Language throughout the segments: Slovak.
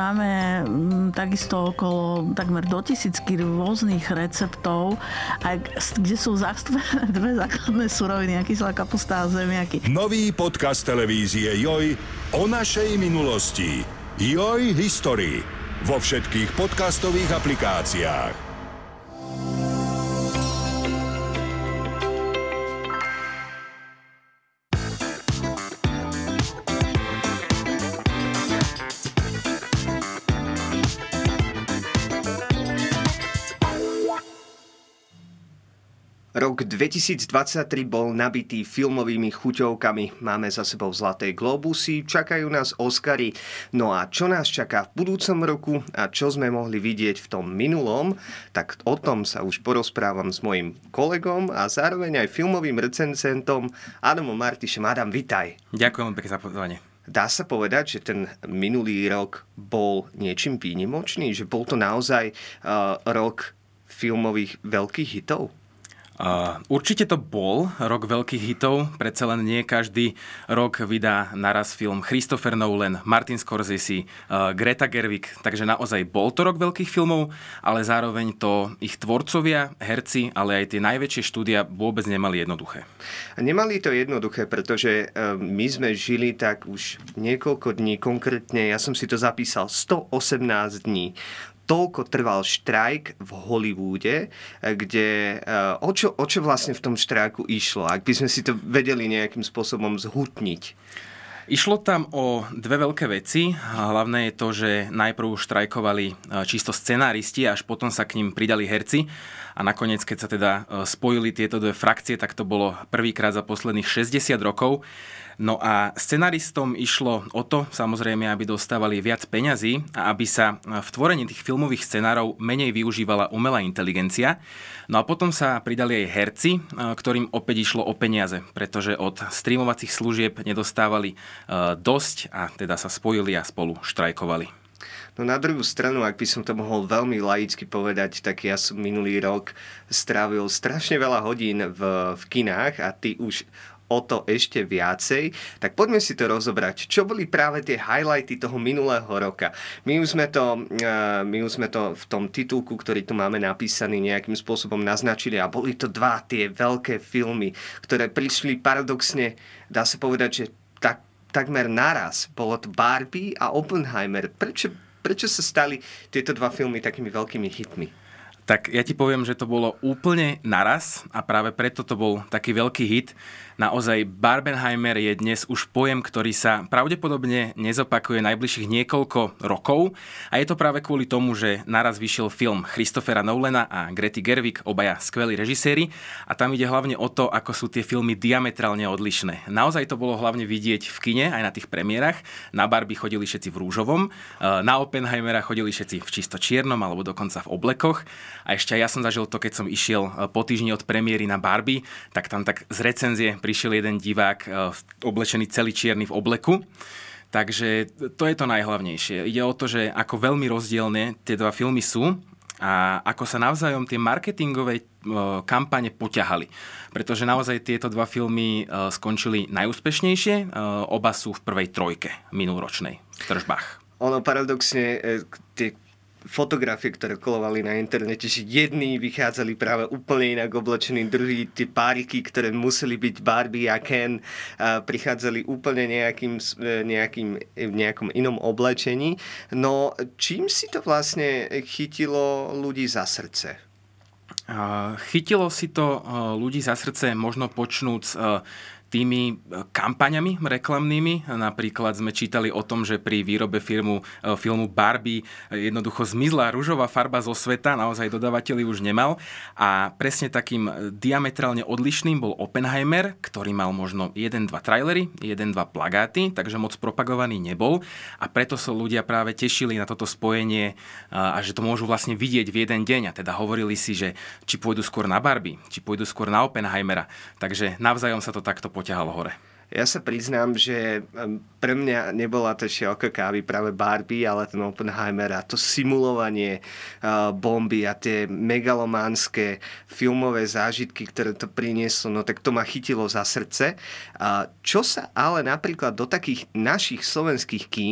máme takisto okolo takmer do 1000 rôznych receptov, kde sú zastúpené dve základné suroviny, kyslá kapusta a zemiaky. Nový podcast televízie Joj o našej minulosti. Joj History vo všetkých podcastových aplikáciách. Rok 2023 bol nabitý filmovými chuťovkami. Máme za sebou Zlaté glóbusy, čakajú nás Oscary. No a čo nás čaká v budúcom roku a čo sme mohli vidieť v tom minulom, tak o tom sa už porozprávam s mojím kolegom a zároveň aj filmovým recenzentom Adamom Martišom. Adam, vitaj. Ďakujem pekne za pozvanie. Dá sa povedať, že ten minulý rok bol niečím výnimočný? Že bol to naozaj rok filmových veľkých hitov? Určite to bol rok veľkých hitov, predsa len nie každý rok vydá naraz film Christopher Nolan, Martin Scorsese, Greta Gerwig, takže naozaj bol to rok veľkých filmov, ale zároveň to ich tvorcovia, herci, ale aj tie najväčšie štúdia vôbec nemali jednoduché. Nemali to jednoduché, pretože my sme žili tak už niekoľko dní, konkrétne, ja som si to zapísal, 118 dní. Toľko trval štrajk v Hollywoode, kde o čo vlastne v tom štrajku išlo, ak by sme si to vedeli nejakým spôsobom zhutniť. Išlo tam o dve veľké veci. Hlavné je to, že najprv štrajkovali čisto scenáristi, až potom sa k ním pridali herci. A nakoniec, keď sa teda spojili tieto dve frakcie, tak to bolo prvýkrát za posledných 60 rokov. No a scenaristom išlo o to, samozrejme, aby dostávali viac peňazí a aby sa v tvorení tých filmových scenárov menej využívala umelá inteligencia. No a potom sa pridali aj herci, ktorým opäť išlo o peniaze, pretože od streamovacích služieb nedostávali dosť a teda sa spojili a spolu štrajkovali. No na druhú stranu, ak by som to mohol veľmi laicky povedať, tak ja som minulý rok strávil strašne veľa hodín v kinách a ty už o to ešte viacej, tak poďme si to rozobrať. Čo boli práve tie highlighty toho minulého roka? My už sme to v tom titulku, ktorý tu máme napísaný, nejakým spôsobom naznačili a boli to dva tie veľké filmy, ktoré prišli paradoxne, dá sa povedať, že takmer naraz. Bolo to Barbie a Oppenheimer. Prečo sa stali tieto dva filmy takými veľkými hitmi? Tak ja ti poviem, že to bolo úplne naraz a práve preto to bol taký veľký hit. Naozaj Barbenheimer je dnes už pojem, ktorý sa pravdepodobne nezopakuje najbližších niekoľko rokov a je to práve kvôli tomu, že naraz vyšiel film Christophera Nolana a Grety Gerwig, obaja skvelí režiséri a tam ide hlavne o to, ako sú tie filmy diametrálne odlišné. Naozaj to bolo hlavne vidieť v kine, aj na tých premiérach. Na Barbie chodili všetci v rúžovom, na Oppenheimera chodili všetci v čisto čiernom alebo dokonca v oblekoch. A ešte ja som zažil to, keď som išiel po týždni od premiéry na Barbie, tak tam tak z recenzie prišiel jeden divák oblečený celý čierny v obleku. Takže to je to najhlavnejšie. Ide o to, že ako veľmi rozdielne tie dva filmy sú a ako sa navzájom tie marketingové kampane poťahali. Pretože naozaj tieto dva filmy skončili najúspešnejšie. Oba sú v prvej trojke minuloročnej v tržbách. Ono paradoxne, tie fotografie, ktoré kolovali na internete, že jedni vychádzali práve úplne inak oblečení, druhí tie páriky, ktoré museli byť Barbie a Ken, prichádzali úplne nejakom inom oblečení. No čím si to vlastne chytilo ľudí za srdce? Chytilo si to ľudí za srdce možno počnúc tými kampaňami reklamnými. Napríklad sme čítali o tom, že pri výrobe filmu Barbie jednoducho zmizla ružová farba zo sveta, naozaj dodávateľ už nemal. A presne takým diametrálne odlišným bol Oppenheimer, ktorý mal možno 1-2 trailery, 1-2 plagáty, takže moc propagovaný nebol. A preto sa ľudia práve tešili na toto spojenie a že to môžu vlastne vidieť v jeden deň. A teda hovorili si, že či pôjdu skôr na Barbie, či pôjdu skôr na Oppenheimera. Takže navzájom sa to takto poťahalo hore. Ja sa priznám, že pre mňa nebola to šialka kávy práve Barbie, ale ten Oppenheimer a to simulovanie bomby a tie megalománske filmové zážitky, ktoré to prinieslo, no tak to ma chytilo za srdce. Čo sa ale napríklad do takých našich slovenských kín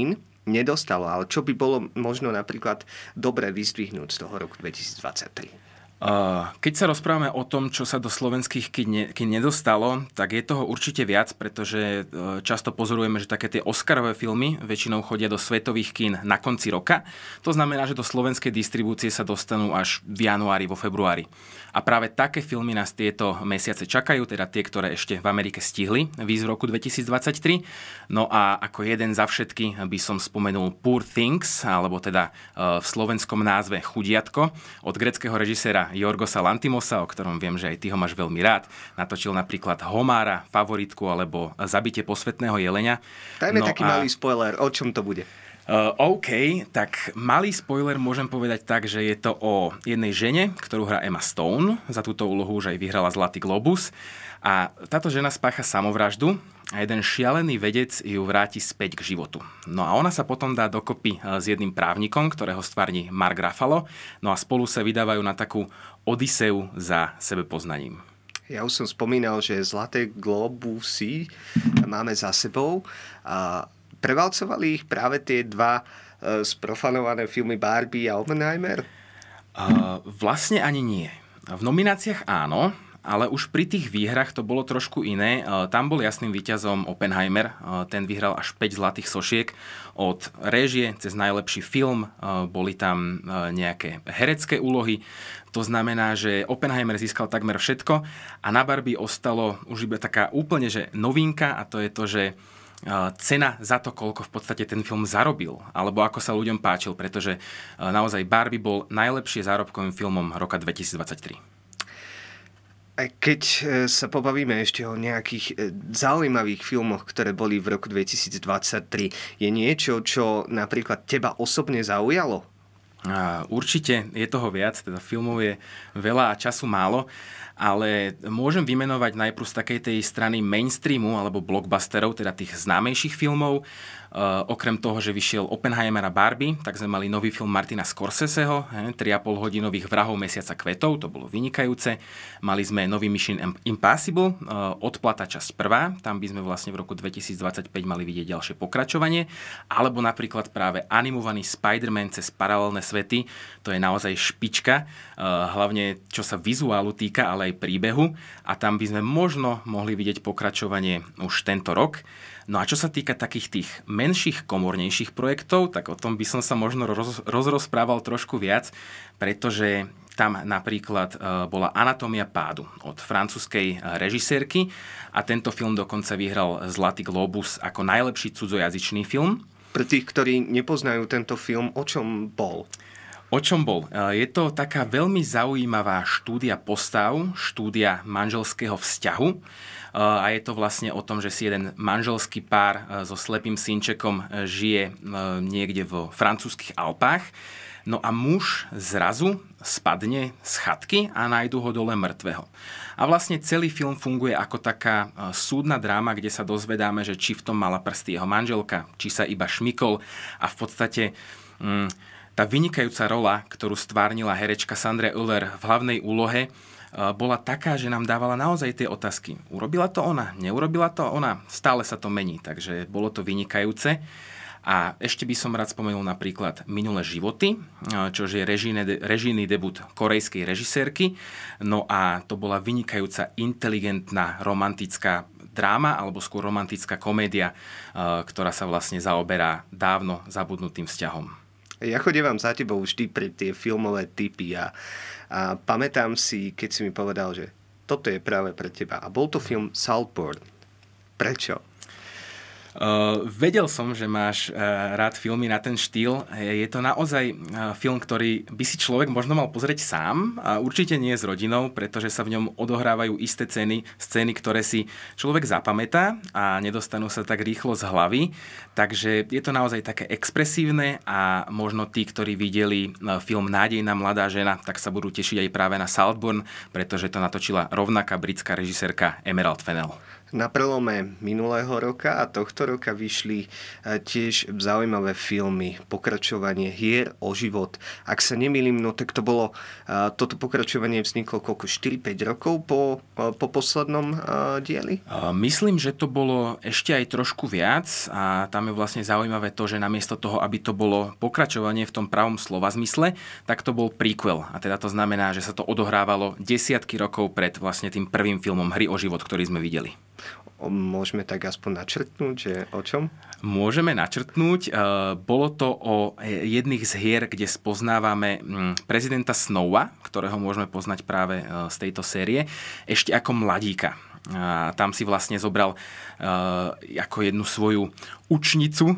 nedostalo, ale čo by bolo možno napríklad dobre vyzdvihnúť z toho roku 2023? Keď sa rozprávame o tom, čo sa do slovenských kín nedostalo, tak je toho určite viac, pretože často pozorujeme, že také tie Oscarové filmy väčšinou chodia do svetových kín na konci roka. To znamená, že do slovenskej distribúcie sa dostanú až v januári, vo februári. A práve také filmy nás tieto mesiace čakajú, teda tie, ktoré ešte v Amerike stihli výjsť v roku 2023. No a ako jeden za všetky by som spomenul Poor Things, alebo teda v slovenskom názve Chudiatko, od gréckeho režiséra Yorgosa Lantimosa, o ktorom viem, že aj ty ho máš veľmi rád. Natočil napríklad Homára, Favoritku alebo Zabitie posvätného jelenia. Dajme taký malý spoiler, o čom to bude. OK, tak malý spoiler môžem povedať tak, že je to o jednej žene, ktorú hrá Emma Stone. Za túto úlohu už aj vyhrala Zlatý globus. A táto žena spácha samovraždu a jeden šialený vedec ju vráti späť k životu. No a ona sa potom dá dokopy s jedným právnikom, ktorého stvárni Mark Ruffalo. No a spolu sa vydávajú na takú odiseu za sebepoznaním. Ja už som spomínal, že Zlaté globusy máme za sebou a prevalcovali ich práve tie dva sprofanované filmy Barbie a Oppenheimer? Vlastne ani nie. V nomináciách áno, ale už pri tých výhrach to bolo trošku iné. Tam bol jasným víťazom Oppenheimer. Ten vyhral až 5 zlatých sošiek. Od réžie cez najlepší film boli tam nejaké herecké úlohy. To znamená, že Oppenheimer získal takmer všetko a na Barbie ostalo už iba taká úplne že novinka a to je to, že cena za to, koľko v podstate ten film zarobil, alebo ako sa ľuďom páčil, pretože naozaj Barbie bol najlepšie zárobkovým filmom roka 2023. Keď sa pobavíme ešte o nejakých zaujímavých filmoch, ktoré boli v roku 2023, je niečo, čo napríklad teba osobne zaujalo? Určite je toho viac, teda filmov je veľa a času málo, ale môžem vymenovať najprv z takej tej strany mainstreamu alebo blockbusterov, teda tých známejších filmov. Okrem toho, že vyšiel Oppenheimer a Barbie, tak sme mali nový film Martina Scorseseho, 3,5 hodinových Vrahov mesiaca kvetov, to bolo vynikajúce. Mali sme nový Mission Impossible, Odplata časť 1, tam by sme vlastne v roku 2025 mali vidieť ďalšie pokračovanie, alebo napríklad práve animovaný Spider-Man cez paralelné svety, to je naozaj špička, hlavne čo sa vizuálu týka, ale aj príbehu, a tam by sme možno mohli vidieť pokračovanie už tento rok. No a čo sa týka takých tých menších, komornejších projektov, tak o tom by som sa možno rozprával trošku viac, pretože tam napríklad bola Anatómia pádu od francúzskej režisérky a tento film dokonca vyhral Zlatý globus ako najlepší cudzojazyčný film. Pre tých, ktorí nepoznajú tento film, o čom bol? O čom bol? Je to taká veľmi zaujímavá štúdia postav, štúdia manželského vzťahu. A je to vlastne o tom, že si jeden manželský pár so slepým synčekom žije niekde vo francúzskych Alpách. No a muž zrazu spadne z chatky a nájdu ho dole mŕtvého. A vlastne celý film funguje ako taká súdna dráma, kde sa dozvedáme, že či v tom mala prsty jeho manželka, či sa iba šmykol, a v podstate tá vynikajúca rola, ktorú stvárnila herečka Sandra Hüller v hlavnej úlohe, bola taká, že nám dávala naozaj tie otázky. Urobila to ona? Neurobila to ona? Stále sa to mení, takže bolo to vynikajúce. A ešte by som rád spomenul napríklad Minulé životy, čo je režijný debut korejskej režisérky. No a to bola vynikajúca, inteligentná, romantická dráma, alebo skôr romantická komédia, ktorá sa vlastne zaoberá dávno zabudnutým vzťahom. Ja chodievam za tebou vždy pre tie filmové tipy a pamätám si, keď si mi povedal, že toto je práve pre teba. A bol to film Saltburn. Prečo? Vedel som, že máš rád filmy na ten štýl. Je to naozaj film, ktorý by si človek možno mal pozrieť sám, a určite nie s rodinou, pretože sa v ňom odohrávajú isté scény, ktoré si človek zapamätá a nedostanú sa tak rýchlo z hlavy. Takže je to naozaj také expresívne a možno tí, ktorí videli film Nádejná mladá žena, tak sa budú tešiť aj práve na Saltburn, pretože to natočila rovnaká britská režisérka Emerald Fennell. Na prelome minulého roka a tohto roka vyšli tiež zaujímavé filmy. Pokračovanie Hier o život. Ak sa nemýlim, no tak toto pokračovanie vzniklo 4-5 rokov po poslednom dieli? Myslím, že to bolo ešte aj trošku viac a tam je vlastne zaujímavé to, že namiesto toho, aby to bolo pokračovanie v tom pravom slova zmysle, tak to bol prequel. A teda to znamená, že sa to odohrávalo desiatky rokov pred vlastne tým prvým filmom Hry o život, ktorý sme videli. Môžeme tak aspoň načrtnúť, že o čom? Môžeme načrtnúť. Bolo to o jedných z hier, kde spoznávame prezidenta Snowa, ktorého môžeme poznať práve z tejto série, ešte ako mladíka. A tam si vlastne zobral ako jednu svoju učnicu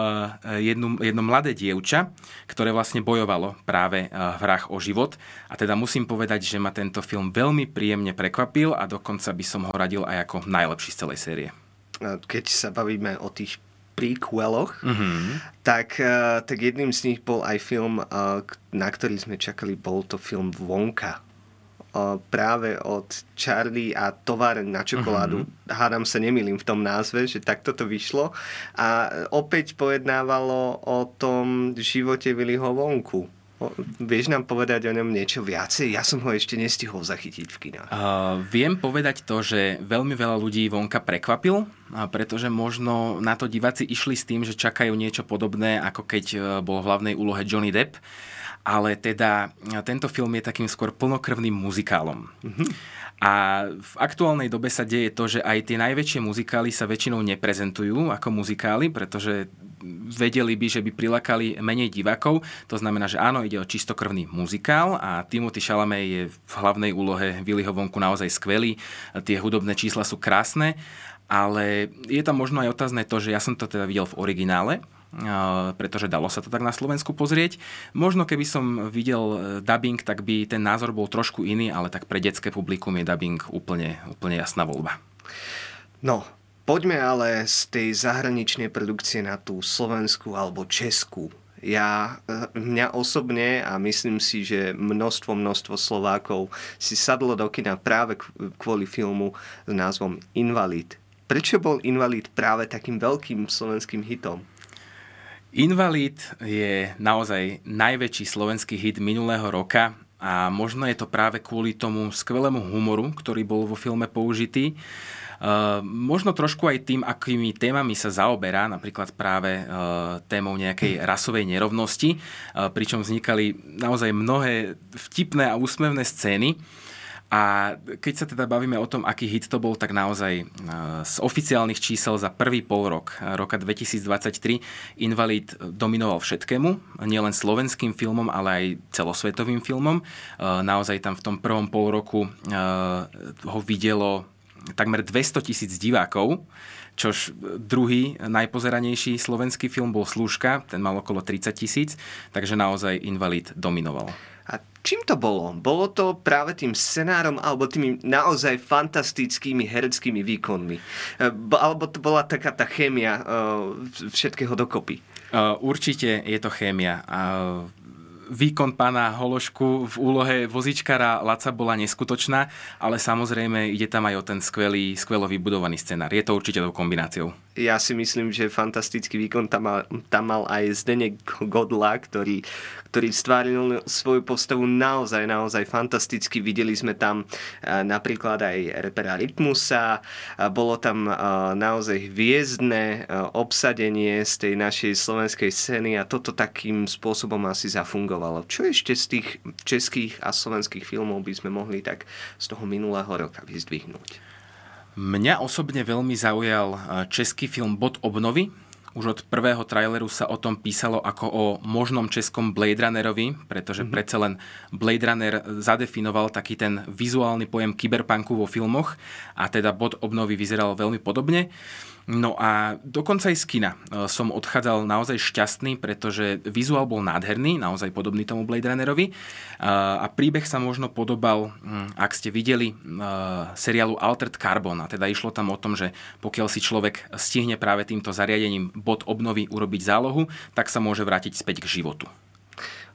jedno mladé dievča, ktoré vlastne bojovalo práve v hrách o život. A teda musím povedať, že ma tento film veľmi príjemne prekvapil a dokonca by som ho radil aj ako najlepší z celej série. Keď sa bavíme o tých prequeloch, tak jedným z nich bol aj film, na ktorý sme čakali, bol to film Wonka. Práve od Charlie a továreň na čokoládu. Hádam sa nemýlim v tom názve, že takto to vyšlo. A opäť pojednávalo o tom živote Willyho Wonku. Vieš nám povedať o ňom niečo viacej? Ja som ho ešte nestihol zachytiť v kinách. Viem povedať to, že veľmi veľa ľudí Wonka prekvapil, pretože možno na to diváci išli s tým, že čakajú niečo podobné, ako keď bol v hlavnej úlohe Johnny Depp. Ale teda tento film je takým skôr plnokrvným muzikálom. A v aktuálnej dobe sa deje to, že aj tie najväčšie muzikály sa väčšinou neprezentujú ako muzikály, pretože vedeli by, že by prilákali menej divákov. To znamená, že áno, ide o čistokrvný muzikál a Timothée Chalamet je v hlavnej úlohe Willyho Wonku naozaj skvelý. Tie hudobné čísla sú krásne, ale je tam možno aj otázne to, že ja som to teda videl v originále, pretože dalo sa to tak na Slovensku pozrieť. Možno keby som videl dubbing, tak by ten názor bol trošku iný, ale tak pre detské publikum je dubbing úplne jasná voľba. No, poďme ale z tej zahraničnej produkcie na tú slovenskú alebo českú. Mňa osobne a myslím si, že množstvo Slovákov si sadlo do kina práve kvôli filmu s názvom Invalid. Prečo bol Invalid práve takým veľkým slovenským hitom? Invalid je naozaj najväčší slovenský hit minulého roka a možno je to práve kvôli tomu skvelému humoru, ktorý bol vo filme použitý. Možno trošku aj tým, akými témami sa zaoberá, napríklad práve témou nejakej rasovej nerovnosti, pričom vznikali naozaj mnohé vtipné a úsmevné scény. A keď sa teda bavíme o tom, aký hit to bol, tak naozaj z oficiálnych čísel za prvý polrok roka 2023 Invalid dominoval všetkému, nielen slovenským filmom, ale aj celosvetovým filmom. Naozaj tam v tom prvom polroku ho videlo takmer 200,000 divákov, čož druhý najpozeranejší slovenský film bol Slúžka, ten mal okolo 30,000, takže naozaj Invalid dominoval. A čím to bolo? Bolo to práve tým scenárom alebo tými naozaj fantastickými hereckými výkonmi? Alebo to bola taká tá chémia všetkého dokopy? Určite je to chémia. Výkon pána Hološku v úlohe vozičkára Laca bola neskutočná, ale samozrejme ide tam aj o ten skvelo vybudovaný scenár. Je to určite tou kombináciou. Ja si myslím, že fantastický výkon tam mal aj Zdeněk Godla, ktorý stváril svoju postavu naozaj fantasticky. Videli sme tam napríklad aj repera Rytmusa. Bolo tam naozaj hviezdne obsadenie z tej našej slovenskej scény a toto takým spôsobom asi zafungovalo. Čo ešte z tých českých a slovenských filmov by sme mohli tak z toho minulého roka vyzdvihnúť? Mňa osobne veľmi zaujal český film Bod obnovy. Už od prvého traileru sa o tom písalo ako o možnom českom Blade Runnerovi, pretože predsa len Blade Runner zadefinoval taký ten vizuálny pojem kyberpunku vo filmoch a teda Bod obnovy vyzeral veľmi podobne. No a dokonca aj z kina som odchádzal naozaj šťastný, pretože vizuál bol nádherný, naozaj podobný tomu Blade Runnerovi a príbeh sa možno podobal, ak ste videli seriálu Altered Carbon, a teda išlo tam o tom, že pokiaľ si človek stihne práve týmto zariadením bod obnovy urobiť zálohu, tak sa môže vrátiť späť k životu.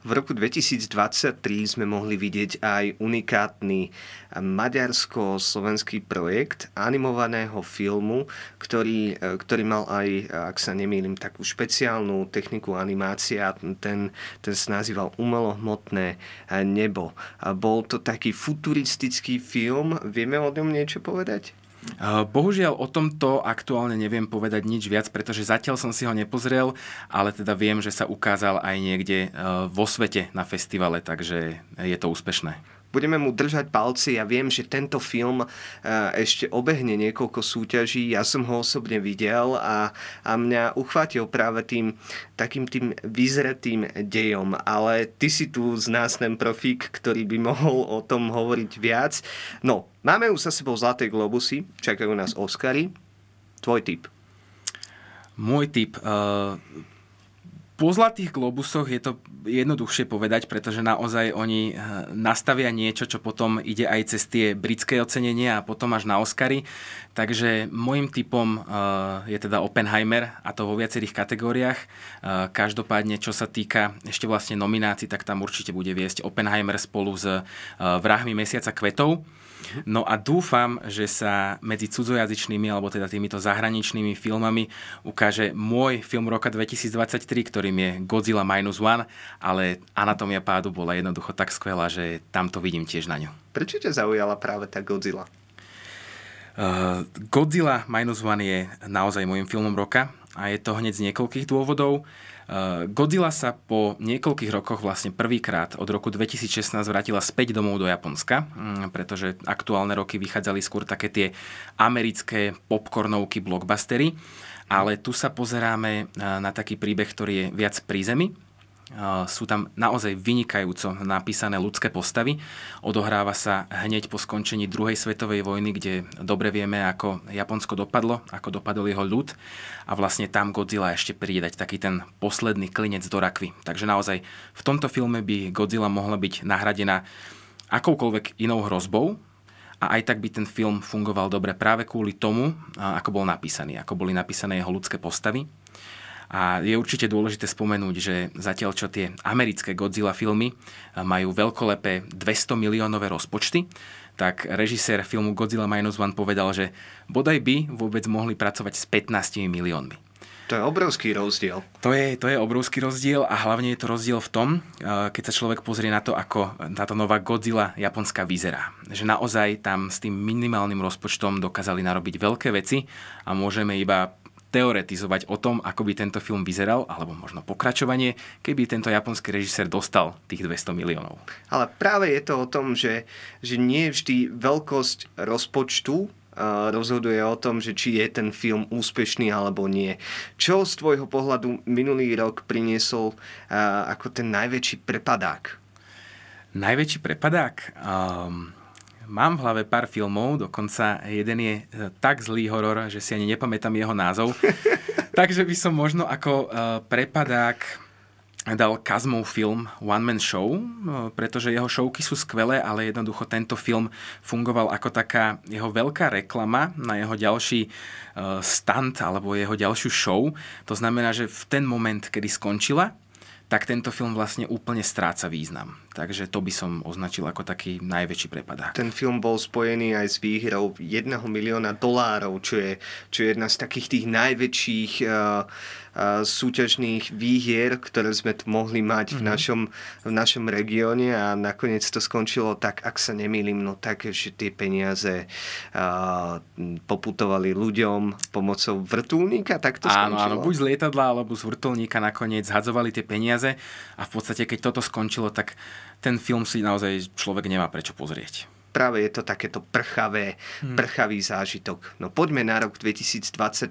V roku 2023 sme mohli vidieť aj unikátny maďarsko-slovenský projekt animovaného filmu, ktorý mal aj, ak sa nemýlim, takú špeciálnu techniku animácia. Ten sa nazýval Umelohmotné nebo. Bol to taký futuristický film. Vieme o ňom niečo povedať? Bohužiaľ o tomto aktuálne neviem povedať nič viac, pretože zatiaľ som si ho nepozrel, ale teda viem, že sa ukázal aj niekde vo svete na festivale, takže je to úspešné. Budeme mu držať palci. Ja viem, že tento film ešte obehne niekoľko súťaží. Ja som ho osobne videl a mňa uchvátil práve takým tým vyzretým dejom. Ale ty si tu z nás ten profík, ktorý by mohol o tom hovoriť viac. No, máme už za sebou Zlaté globusy, čakajú nás Oscary. Tvoj tip? Môj tip... Po Zlatých globusoch je to jednoduchšie povedať, pretože naozaj oni nastavia niečo, čo potom ide aj cez tie britské ocenenia a potom až na Oscary. Takže môjim tipom je teda Oppenheimer, a to vo viacerých kategóriách. Každopádne, čo sa týka ešte vlastne nominácií, tak tam určite bude viesť Oppenheimer spolu s Vrahmi mesiaca kvetov. No a dúfam, že sa medzi cudzojazyčnými alebo teda týmito zahraničnými filmami ukáže môj film roka 2023, ktorým je Godzilla Minus One, ale Anatómia pádu bola jednoducho tak skvelá, že tam to vidím tiež na ňu. Prečo ťa zaujala práve tá Godzilla? Godzilla Minus One je naozaj môjim filmom roka a je to hneď z niekoľkých dôvodov. Godzilla sa po niekoľkých rokoch vlastne prvýkrát od roku 2016 vrátila späť domov do Japonska, pretože aktuálne roky vychádzali skôr také tie americké popcornovky, blockbustery, ale tu sa pozeráme na taký príbeh, ktorý je viac pri zemi. Sú tam naozaj vynikajúco napísané ľudské postavy. Odohráva sa hneď po skončení druhej svetovej vojny, kde dobre vieme, ako Japonsko dopadlo, ako dopadol jeho ľud. A vlastne tam Godzilla ešte príde dať taký ten posledný klinec do rakvy. Takže naozaj v tomto filme by Godzilla mohla byť nahradená akoukoľvek inou hrozbou. A aj tak by ten film fungoval dobre práve kvôli tomu, ako bol napísaný, ako boli napísané jeho ľudské postavy. A je určite dôležité spomenúť, že zatiaľ čo tie americké Godzilla filmy majú veľkolepé 200 miliónové rozpočty, tak režisér filmu Godzilla Minus One povedal, že bodaj by vôbec mohli pracovať s 15 miliónmi. To je obrovský rozdiel. To je obrovský rozdiel a hlavne je to rozdiel v tom, keď sa človek pozrie na to, ako táto nová Godzilla japonská vyzerá. Že naozaj tam s tým minimálnym rozpočtom dokázali narobiť veľké veci a môžeme iba teoretizovať o tom, ako by tento film vyzeral, alebo možno pokračovanie, keby tento japonský režisér dostal tých 200 miliónov. Ale práve je to o tom, že nie vždy veľkosť rozpočtu rozhoduje o tom, že či je ten film úspešný alebo nie. Čo z tvojho pohľadu minulý rok priniesol ako ten najväčší prepadák? Najväčší prepadák? Mám v hlave pár filmov, dokonca jeden je tak zlý horor, že si ani nepamätám jeho názov. Takže by som možno ako prepadák dal Kazmov film One Man Show, pretože jeho showky sú skvelé, ale jednoducho tento film fungoval ako taká jeho veľká reklama na jeho ďalší stunt alebo jeho ďalšiu show. To znamená, že v ten moment, kedy skončila, tak tento film vlastne úplne stráca význam. Takže to by som označil ako taký najväčší prepadák. Ten film bol spojený aj s výhrou $1 milióna, čo je jedna z takých tých najväčších súťažných výhier, ktoré sme tu mohli mať v našom regióne a nakoniec to skončilo tak, ak sa nemýlim, no tak, že tie peniaze poputovali ľuďom pomocou vrtuľníka, tak to skončilo? Áno, buď z lietadla alebo z vrtuľníka nakoniec zhadzovali tie peniaze a v podstate, keď toto skončilo, tak ten film si naozaj človek nemá prečo pozrieť. Práve je to takéto prchavý zážitok. No poďme na rok 2024.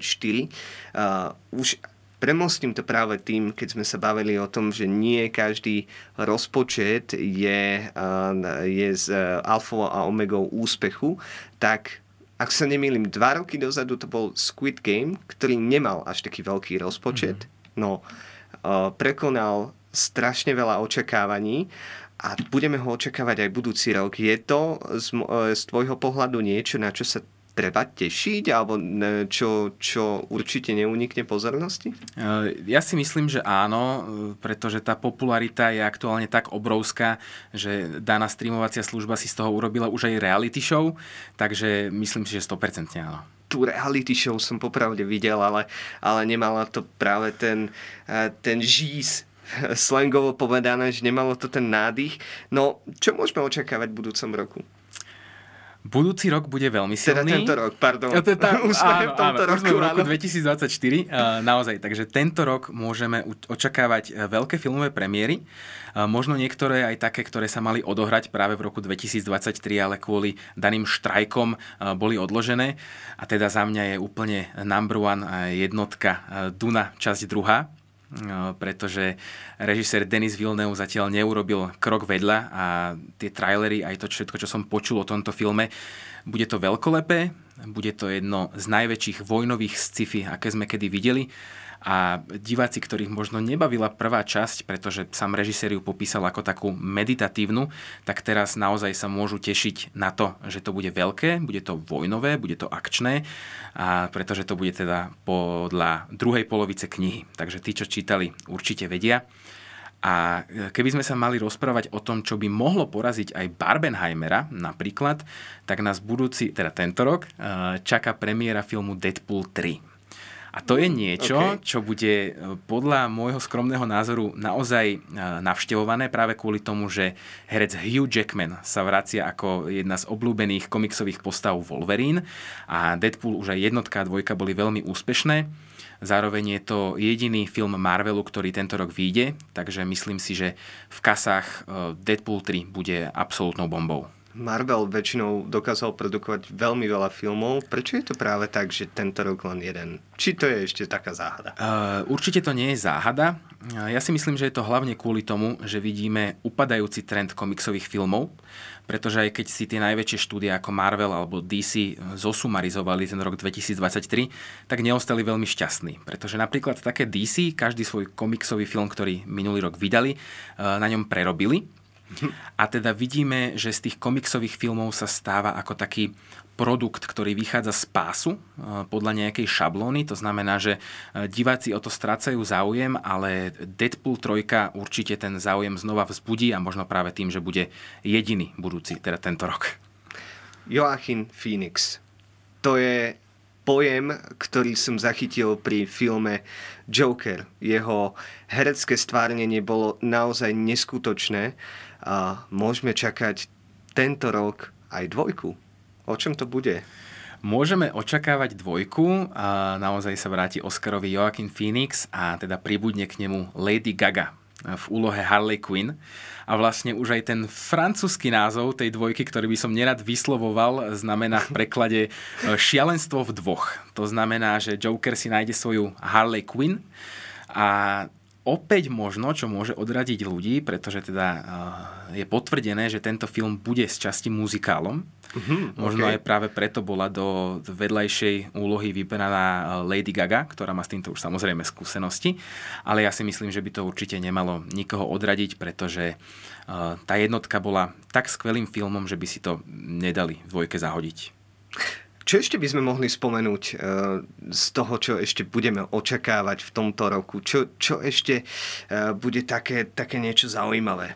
Už premostím to práve tým, keď sme sa bavili o tom, že nie každý rozpočet je z alfou a omegou úspechu, tak ak sa nemýlim, 2 roky dozadu to bol Squid Game, ktorý nemal až taký veľký rozpočet, no prekonal strašne veľa očakávaní a budeme ho očakávať aj budúci rok. Je to z tvojho pohľadu niečo, na čo sa treba tešiť, alebo čo určite neunikne pozornosti? Ja si myslím, že áno, pretože tá popularita je aktuálne tak obrovská, že daná streamovacia služba si z toho urobila už aj reality show, takže myslím si, že 100% áno. Tú reality show som popravde videl, ale nemala to práve ten žís, slangovo povedané, že nemalo to ten nádych. No, čo môžeme očakávať v budúcom roku? Budúci rok bude veľmi silný. Teda tento rok, pardon. Už sme v roku áno. 2024. Naozaj, takže tento rok môžeme očakávať veľké filmové premiéry. Možno niektoré aj také, ktoré sa mali odohrať práve v roku 2023, ale kvôli daným štrajkom boli odložené. A teda za mňa je úplne number one jednotka Duna, časť 2. Pretože režisér Denis Villeneuve zatiaľ neurobil krok vedľa a tie trailery, aj to všetko, čo som počul o tomto filme, bude to veľkolepé, bude to jedno z najväčších vojnových sci-fi, aké sme kedy videli. A diváci, ktorých možno nebavila prvá časť, pretože sám režisér ju popísal ako takú meditatívnu, tak teraz naozaj sa môžu tešiť na to, že to bude veľké, bude to vojnové, bude to akčné, a pretože to bude teda podľa druhej polovice knihy. Takže tí, čo čítali, určite vedia. A keby sme sa mali rozprávať o tom, čo by mohlo poraziť aj Barbenheimera napríklad, tak nás tento rok čaká premiéra filmu Deadpool 3. A to je niečo, čo bude podľa môjho skromného názoru naozaj navštevované práve kvôli tomu, že herec Hugh Jackman sa vracia ako jedna z obľúbených komiksových postav Wolverine a Deadpool už aj jednotka a dvojka boli veľmi úspešné. Zároveň je to jediný film Marvelu, ktorý tento rok vyjde, takže myslím si, že v kasách Deadpool 3 bude absolútnou bombou. Marvel väčšinou dokázal produkovať veľmi veľa filmov. Prečo je to práve tak, že tento rok len jeden? Či to je ešte taká záhada? Určite to nie je záhada. Ja si myslím, že je to hlavne kvôli tomu, že vidíme upadajúci trend komiksových filmov, pretože aj keď si tie najväčšie štúdia ako Marvel alebo DC zosumarizovali ten rok 2023, tak neostali veľmi šťastní. Pretože napríklad také DC, každý svoj komiksový film, ktorý minulý rok vydali, na ňom prerobili. A teda vidíme, že z tých komiksových filmov sa stáva ako taký produkt, ktorý vychádza z pásu podľa nejakej šablóny. To znamená, že diváci o to strácajú záujem, ale Deadpool 3 určite ten záujem znova vzbudí a možno práve tým, že bude jediný budúci, teda tento rok. Joaquin Phoenix. To je pojem, ktorý som zachytil pri filme Joker. Jeho herecké stvárnenie bolo naozaj neskutočné a môžeme čakať tento rok aj dvojku. O čom to bude? Môžeme očakávať dvojku a naozaj sa vráti Oscarový Joaquin Phoenix a teda pribudne k nemu Lady Gaga v úlohe Harley Quinn. A vlastne už aj ten francúzsky názov tej dvojky, ktorý by som nerad vyslovoval, znamená v preklade šialenstvo v dvoch. To znamená, že Joker si nájde svoju Harley Quinn a opäť možno, čo môže odradiť ľudí, pretože teda je potvrdené, že tento film bude z časti muzikálom. Možno aj práve preto bola do vedľajšej úlohy vyberaná Lady Gaga, ktorá má s týmto už samozrejme skúsenosti, ale ja si myslím, že by to určite nemalo nikoho odradiť, pretože tá jednotka bola tak skvelým filmom, že by si to nedali v dvojke zahodiť. Čo ešte by sme mohli spomenúť z toho, čo ešte budeme očakávať v tomto roku? Čo ešte bude také niečo zaujímavé?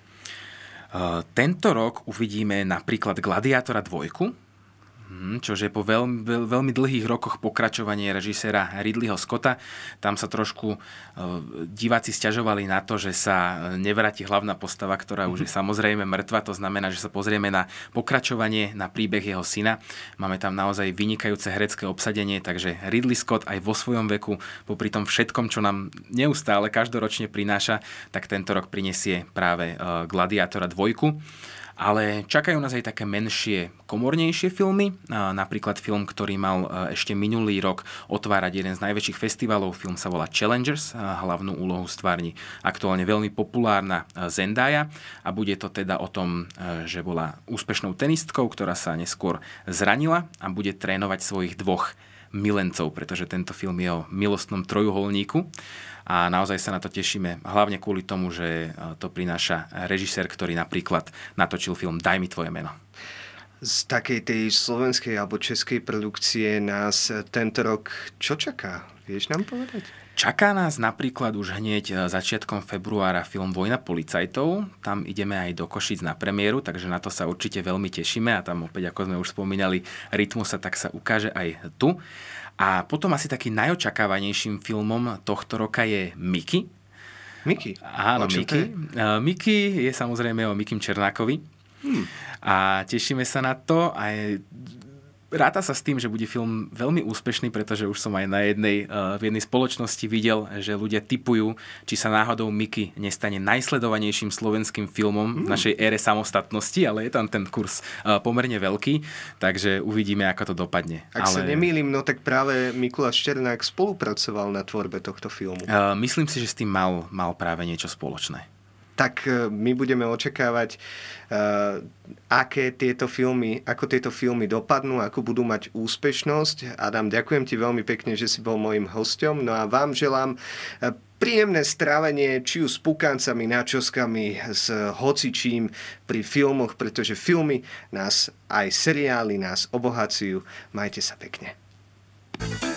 Tento rok uvidíme napríklad Gladiátora 2, čože po veľmi dlhých rokoch pokračovanie režiséra Ridleyho Scotta. Tam sa trošku diváci sťažovali na to, že sa nevráti hlavná postava, ktorá už je samozrejme mŕtva. To znamená, že sa pozrieme na pokračovanie, na príbeh jeho syna. Máme tam naozaj vynikajúce herecké obsadenie, takže Ridley Scott aj vo svojom veku, popri tom všetkom, čo nám neustále každoročne prináša, tak tento rok prinesie práve Gladiátora 2. Ale čakajú nás aj také menšie, komornejšie filmy. Napríklad film, ktorý mal ešte minulý rok otvárať jeden z najväčších festivalov. Film sa volá Challengers. Hlavnú úlohu stvárni aktuálne veľmi populárna Zendaya. A bude to teda o tom, že bola úspešnou tenistkou, ktorá sa neskôr zranila a bude trénovať svojich dvoch milencov, pretože tento film je o milostnom trojuholníku. A naozaj sa na to tešíme, hlavne kvôli tomu, že to prináša režisér, ktorý napríklad natočil film Daj mi tvoje meno. Z takej tej slovenskej alebo českej produkcie nás tento rok čo čaká? Vieš nám povedať? Čaká nás napríklad už hneď začiatkom februára film Vojna policajtov. Tam ideme aj do Košíc na premiéru, takže na to sa určite veľmi tešíme a tam opäť, ako sme už spomínali, Rytmusa, tak sa ukáže aj tu. A potom asi takým najočakávanejším filmom tohto roka je Mickey. Mickey? Áno, Mickey. Mickey je samozrejme o Mikim Černákovi. A tešíme sa na to. Ráta sa s tým, že bude film veľmi úspešný, pretože už som aj v jednej spoločnosti videl, že ľudia tipujú, či sa náhodou Mickey nestane najsledovanejším slovenským filmom v našej ére samostatnosti, ale je tam ten kurz pomerne veľký, takže uvidíme, ako to dopadne. Ak sa nemýlim, no tak práve Mikuláš Černák spolupracoval na tvorbe tohto filmu. Myslím si, že s tým mal práve niečo spoločné. Tak my budeme očakávať, ako tieto filmy dopadnú, ako budú mať úspešnosť. Adam, ďakujem ti veľmi pekne, že si bol mojím hosťom. No a vám želám príjemné strávenie, či už s pukáncami, načoskami, s hocičím pri filmoch, pretože filmy nás, aj seriály nás obohacujú. Majte sa pekne.